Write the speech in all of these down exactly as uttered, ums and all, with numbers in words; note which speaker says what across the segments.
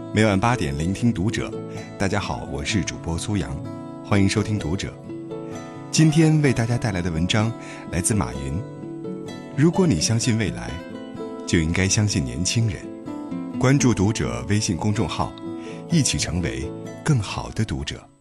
Speaker 1: 每晚八点聆听读者。大家好，我是主播苏阳，欢迎收听读者。今天为大家带来的文章来自马云。如果你相信未来，就应该相信年轻人。关注读者微信公众号，一起成为更好的读者。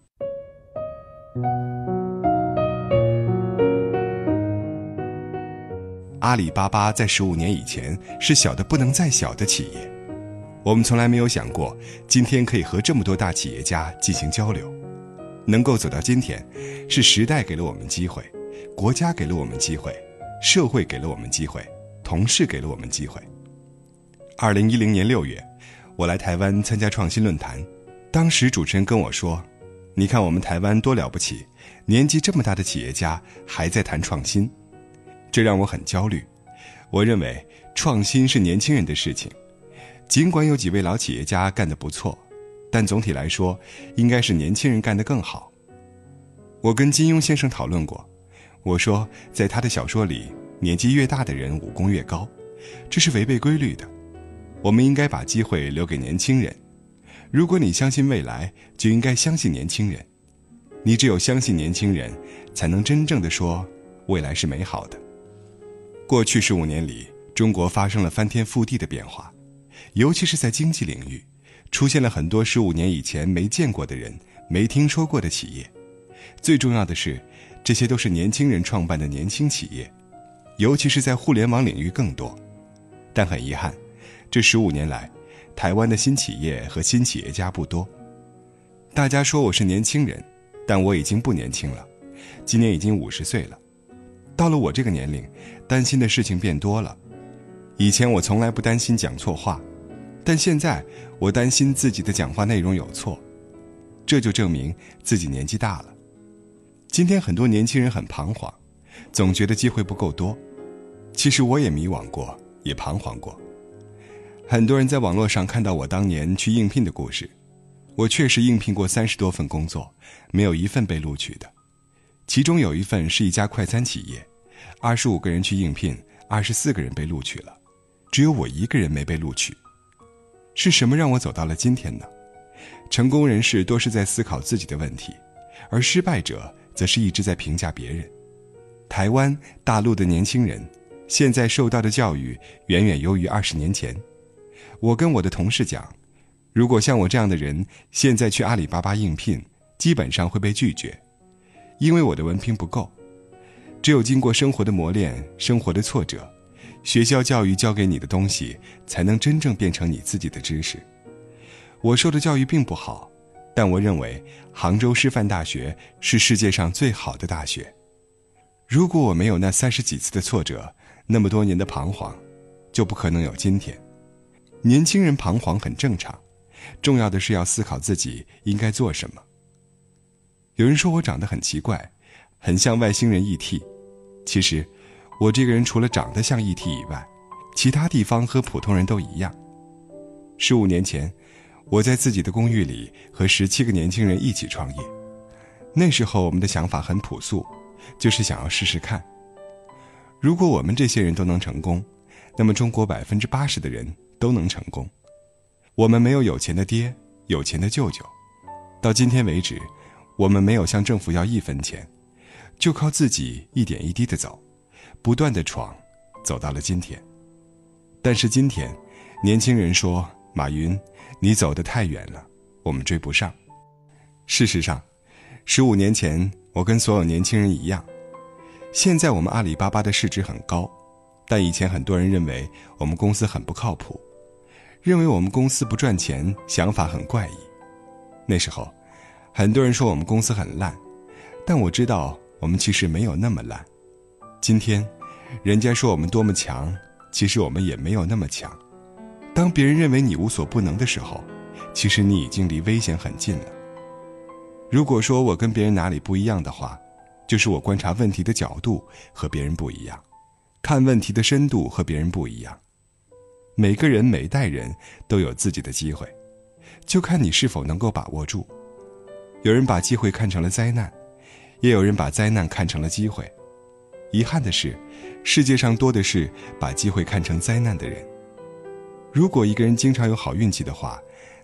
Speaker 1: 阿里巴巴在十五年以前是小的不能再小的企业，我们从来没有想过今天可以和这么多大企业家进行交流。能够走到今天，是时代给了我们机会，国家给了我们机会，社会给了我们机会，同事给了我们机会。二零一零年六月，我来台湾参加创新论坛，当时主持人跟我说，你看我们台湾多了不起，年纪这么大的企业家还在谈创新。这让我很焦虑。我认为创新是年轻人的事情，尽管有几位老企业家干得不错，但总体来说应该是年轻人干得更好。我跟金庸先生讨论过，我说在他的小说里，年纪越大的人武功越高，这是违背规律的。我们应该把机会留给年轻人。如果你相信未来，就应该相信年轻人。你只有相信年轻人，才能真正的说未来是美好的。过去十五年里，中国发生了翻天覆地的变化，尤其是在经济领域，出现了很多十五年以前没见过的人，没听说过的企业。最重要的是，这些都是年轻人创办的年轻企业，尤其是在互联网领域更多。但很遗憾，这十五年来，台湾的新企业和新企业家不多。大家说我是年轻人，但我已经不年轻了，今年已经五十岁了。到了我这个年龄，担心的事情变多了。以前我从来不担心讲错话，但现在我担心自己的讲话内容有错，这就证明自己年纪大了。今天很多年轻人很彷徨，总觉得机会不够多。其实我也迷惘过，也彷徨过。很多人在网络上看到我当年去应聘的故事，我确实应聘过三十多份工作，没有一份被录取的。其中有一份是一家快餐企业，二十五个人去应聘，二十四个人被录取了，只有我一个人没被录取。是什么让我走到了今天呢？成功人士多是在思考自己的问题，而失败者则是一直在评价别人。台湾、大陆的年轻人现在受到的教育远远优于二十年前。我跟我的同事讲，如果像我这样的人现在去阿里巴巴应聘，基本上会被拒绝，因为我的文凭不够。只有经过生活的磨练，生活的挫折，学校教育教给你的东西才能真正变成你自己的知识。我受的教育并不好，但我认为杭州师范大学是世界上最好的大学。如果我没有那三十几次的挫折，那么多年的彷徨，就不可能有今天。年轻人彷徨很正常，重要的是要思考自己应该做什么。有人说我长得很奇怪，很像外星人 E T。 其实我这个人除了长得像 E T 以外，其他地方和普通人都一样。十五年前，我在自己的公寓里和十七个年轻人一起创业。那时候我们的想法很朴素，就是想要试试看。如果我们这些人都能成功，那么中国百分之八十的人都能成功。我们没有有钱的爹，有钱的舅舅。到今天为止，我们没有向政府要一分钱，就靠自己一点一滴地走，不断地闯，走到了今天。但是今天，年轻人说，马云，你走得太远了，我们追不上。事实上，十五年前，我跟所有年轻人一样。现在我们阿里巴巴的市值很高，但以前很多人认为我们公司很不靠谱，认为我们公司不赚钱，想法很怪异。那时候，很多人说我们公司很烂，但我知道我们其实没有那么烂。今天，人家说我们多么强，其实我们也没有那么强。当别人认为你无所不能的时候，其实你已经离危险很近了。如果说我跟别人哪里不一样的话，就是我观察问题的角度和别人不一样，看问题的深度和别人不一样。每个人每代人都有自己的机会，就看你是否能够把握住。有人把机会看成了灾难，也有人把灾难看成了机会。遗憾的是，世界上多的是把机会看成灾难的人。如果一个人经常有好运气的话，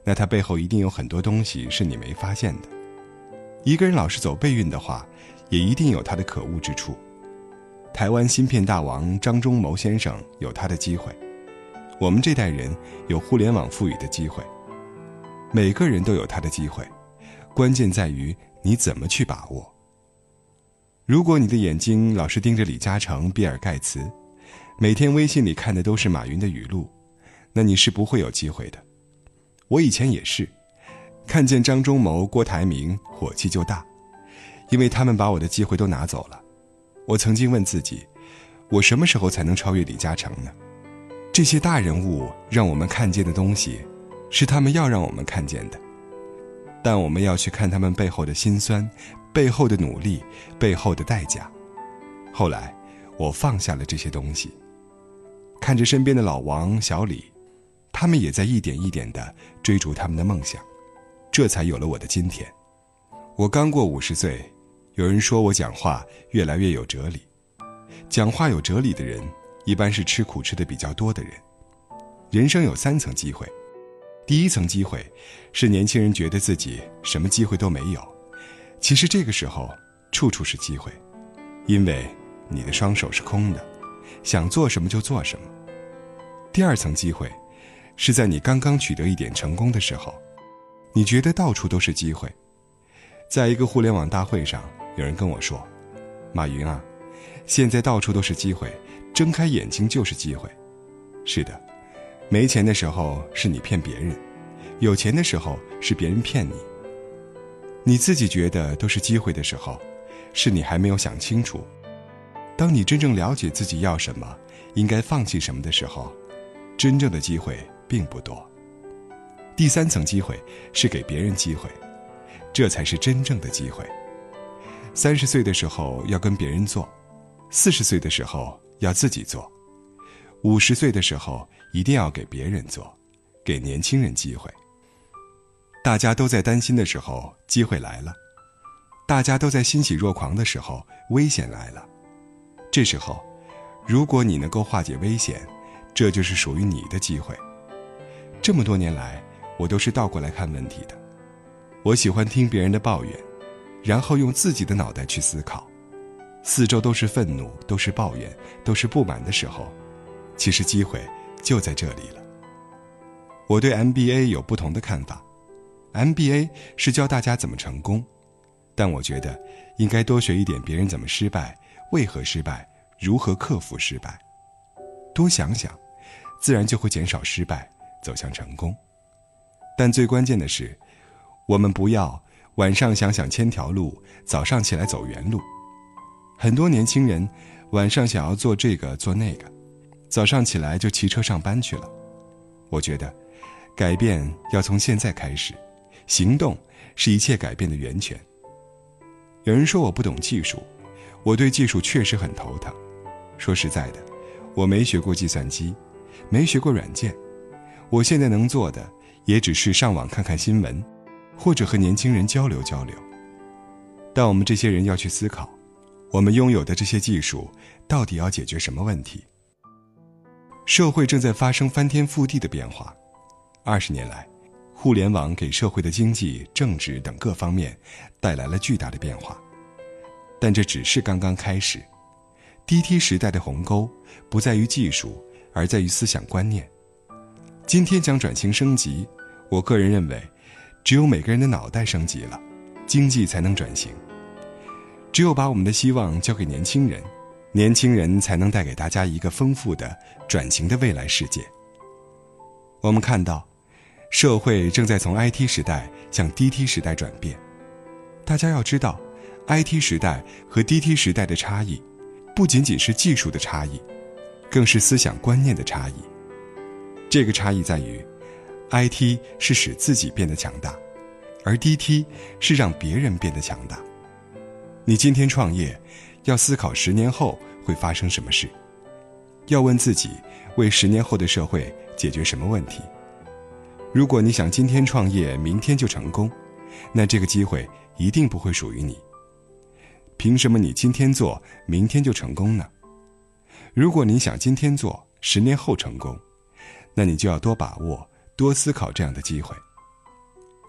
Speaker 1: 那它背后一定有很多东西是你没发现的。一个人老是走背运的话，也一定有他的可恶之处。台湾芯片大王张忠谋先生有他的机会，我们这代人有互联网赋予的机会。每个人都有他的机会，关键在于你怎么去把握。如果你的眼睛老是盯着李嘉诚、比尔盖茨，每天微信里看的都是马云的语录，那你是不会有机会的。我以前也是，看见张忠谋、郭台铭，火气就大，因为他们把我的机会都拿走了。我曾经问自己，我什么时候才能超越李嘉诚呢？这些大人物让我们看见的东西，是他们要让我们看见的，但我们要去看他们背后的辛酸，背后的努力，背后的代价。后来我放下了这些东西，看着身边的老王、小李，他们也在一点一点地追逐他们的梦想，这才有了我的今天。我刚过五十岁，有人说我讲话越来越有哲理。讲话有哲理的人，一般是吃苦吃的比较多的人。人生有三层机会，第一层机会是年轻人觉得自己什么机会都没有，其实这个时候处处是机会，因为你的双手是空的，想做什么就做什么。第二层机会是在你刚刚取得一点成功的时候，你觉得到处都是机会。在一个互联网大会上，有人跟我说，马云啊，现在到处都是机会，睁开眼睛就是机会。是的，没钱的时候是你骗别人，有钱的时候是别人骗你。你自己觉得都是机会的时候，是你还没有想清楚。当你真正了解自己要什么，应该放弃什么的时候，真正的机会并不多。第三层机会是给别人机会，这才是真正的机会。三十岁的时候要跟别人做，四十岁的时候要自己做，五十岁的时候一定要给别人做，给年轻人机会。大家都在担心的时候，机会来了；大家都在欣喜若狂的时候，危险来了。这时候，如果你能够化解危险，这就是属于你的机会。这么多年来，我都是倒过来看问题的。我喜欢听别人的抱怨，然后用自己的脑袋去思考。四周都是愤怒，都是抱怨，都是不满的时候，其实机会就在这里了。我对 M B A 有不同的看法。M B A 是教大家怎么成功，但我觉得应该多学一点别人怎么失败，为何失败，如何克服失败。多想想，自然就会减少失败，走向成功。但最关键的是，我们不要晚上想想千条路，早上起来走原路。很多年轻人晚上想要做这个做那个，早上起来就骑车上班去了。我觉得改变要从现在开始，行动是一切改变的源泉。有人说我不懂技术，我对技术确实很头疼。说实在的，我没学过计算机，没学过软件，我现在能做的也只是上网看看新闻，或者和年轻人交流交流。但我们这些人要去思考，我们拥有的这些技术到底要解决什么问题？社会正在发生翻天覆地的变化。二十年来，互联网给社会的经济、政治等各方面带来了巨大的变化，但这只是刚刚开始。D T 时代的鸿沟不在于技术，而在于思想观念。今天讲转型升级，我个人认为，只有每个人的脑袋升级了，经济才能转型。只有把我们的希望交给年轻人，年轻人才能带给大家一个丰富的转型的未来世界。我们看到，社会正在从 I T 时代向 D T 时代转变。大家要知道， I T 时代和 D T 时代的差异，不仅仅是技术的差异，更是思想观念的差异。这个差异在于 I T 是使自己变得强大，而 D T 是让别人变得强大。你今天创业，要思考十年后会发生什么事，要问自己为十年后的社会解决什么问题。如果你想今天创业，明天就成功，那这个机会一定不会属于你。凭什么你今天做，明天就成功呢？如果你想今天做，十年后成功，那你就要多把握，多思考这样的机会。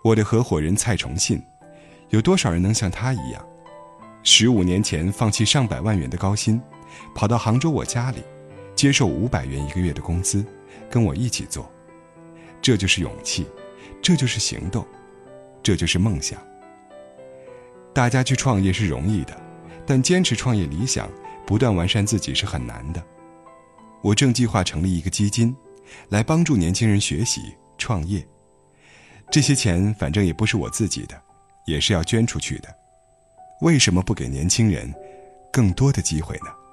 Speaker 1: 我的合伙人蔡崇信，有多少人能像他一样，十五年前放弃上百万元的高薪，跑到杭州我家里，接受五百元一个月的工资，跟我一起做。这就是勇气，这就是行动，这就是梦想。大家去创业是容易的，但坚持创业理想，不断完善自己是很难的。我正计划成立一个基金，来帮助年轻人学习创业。这些钱反正也不是我自己的，也是要捐出去的。为什么不给年轻人更多的机会呢？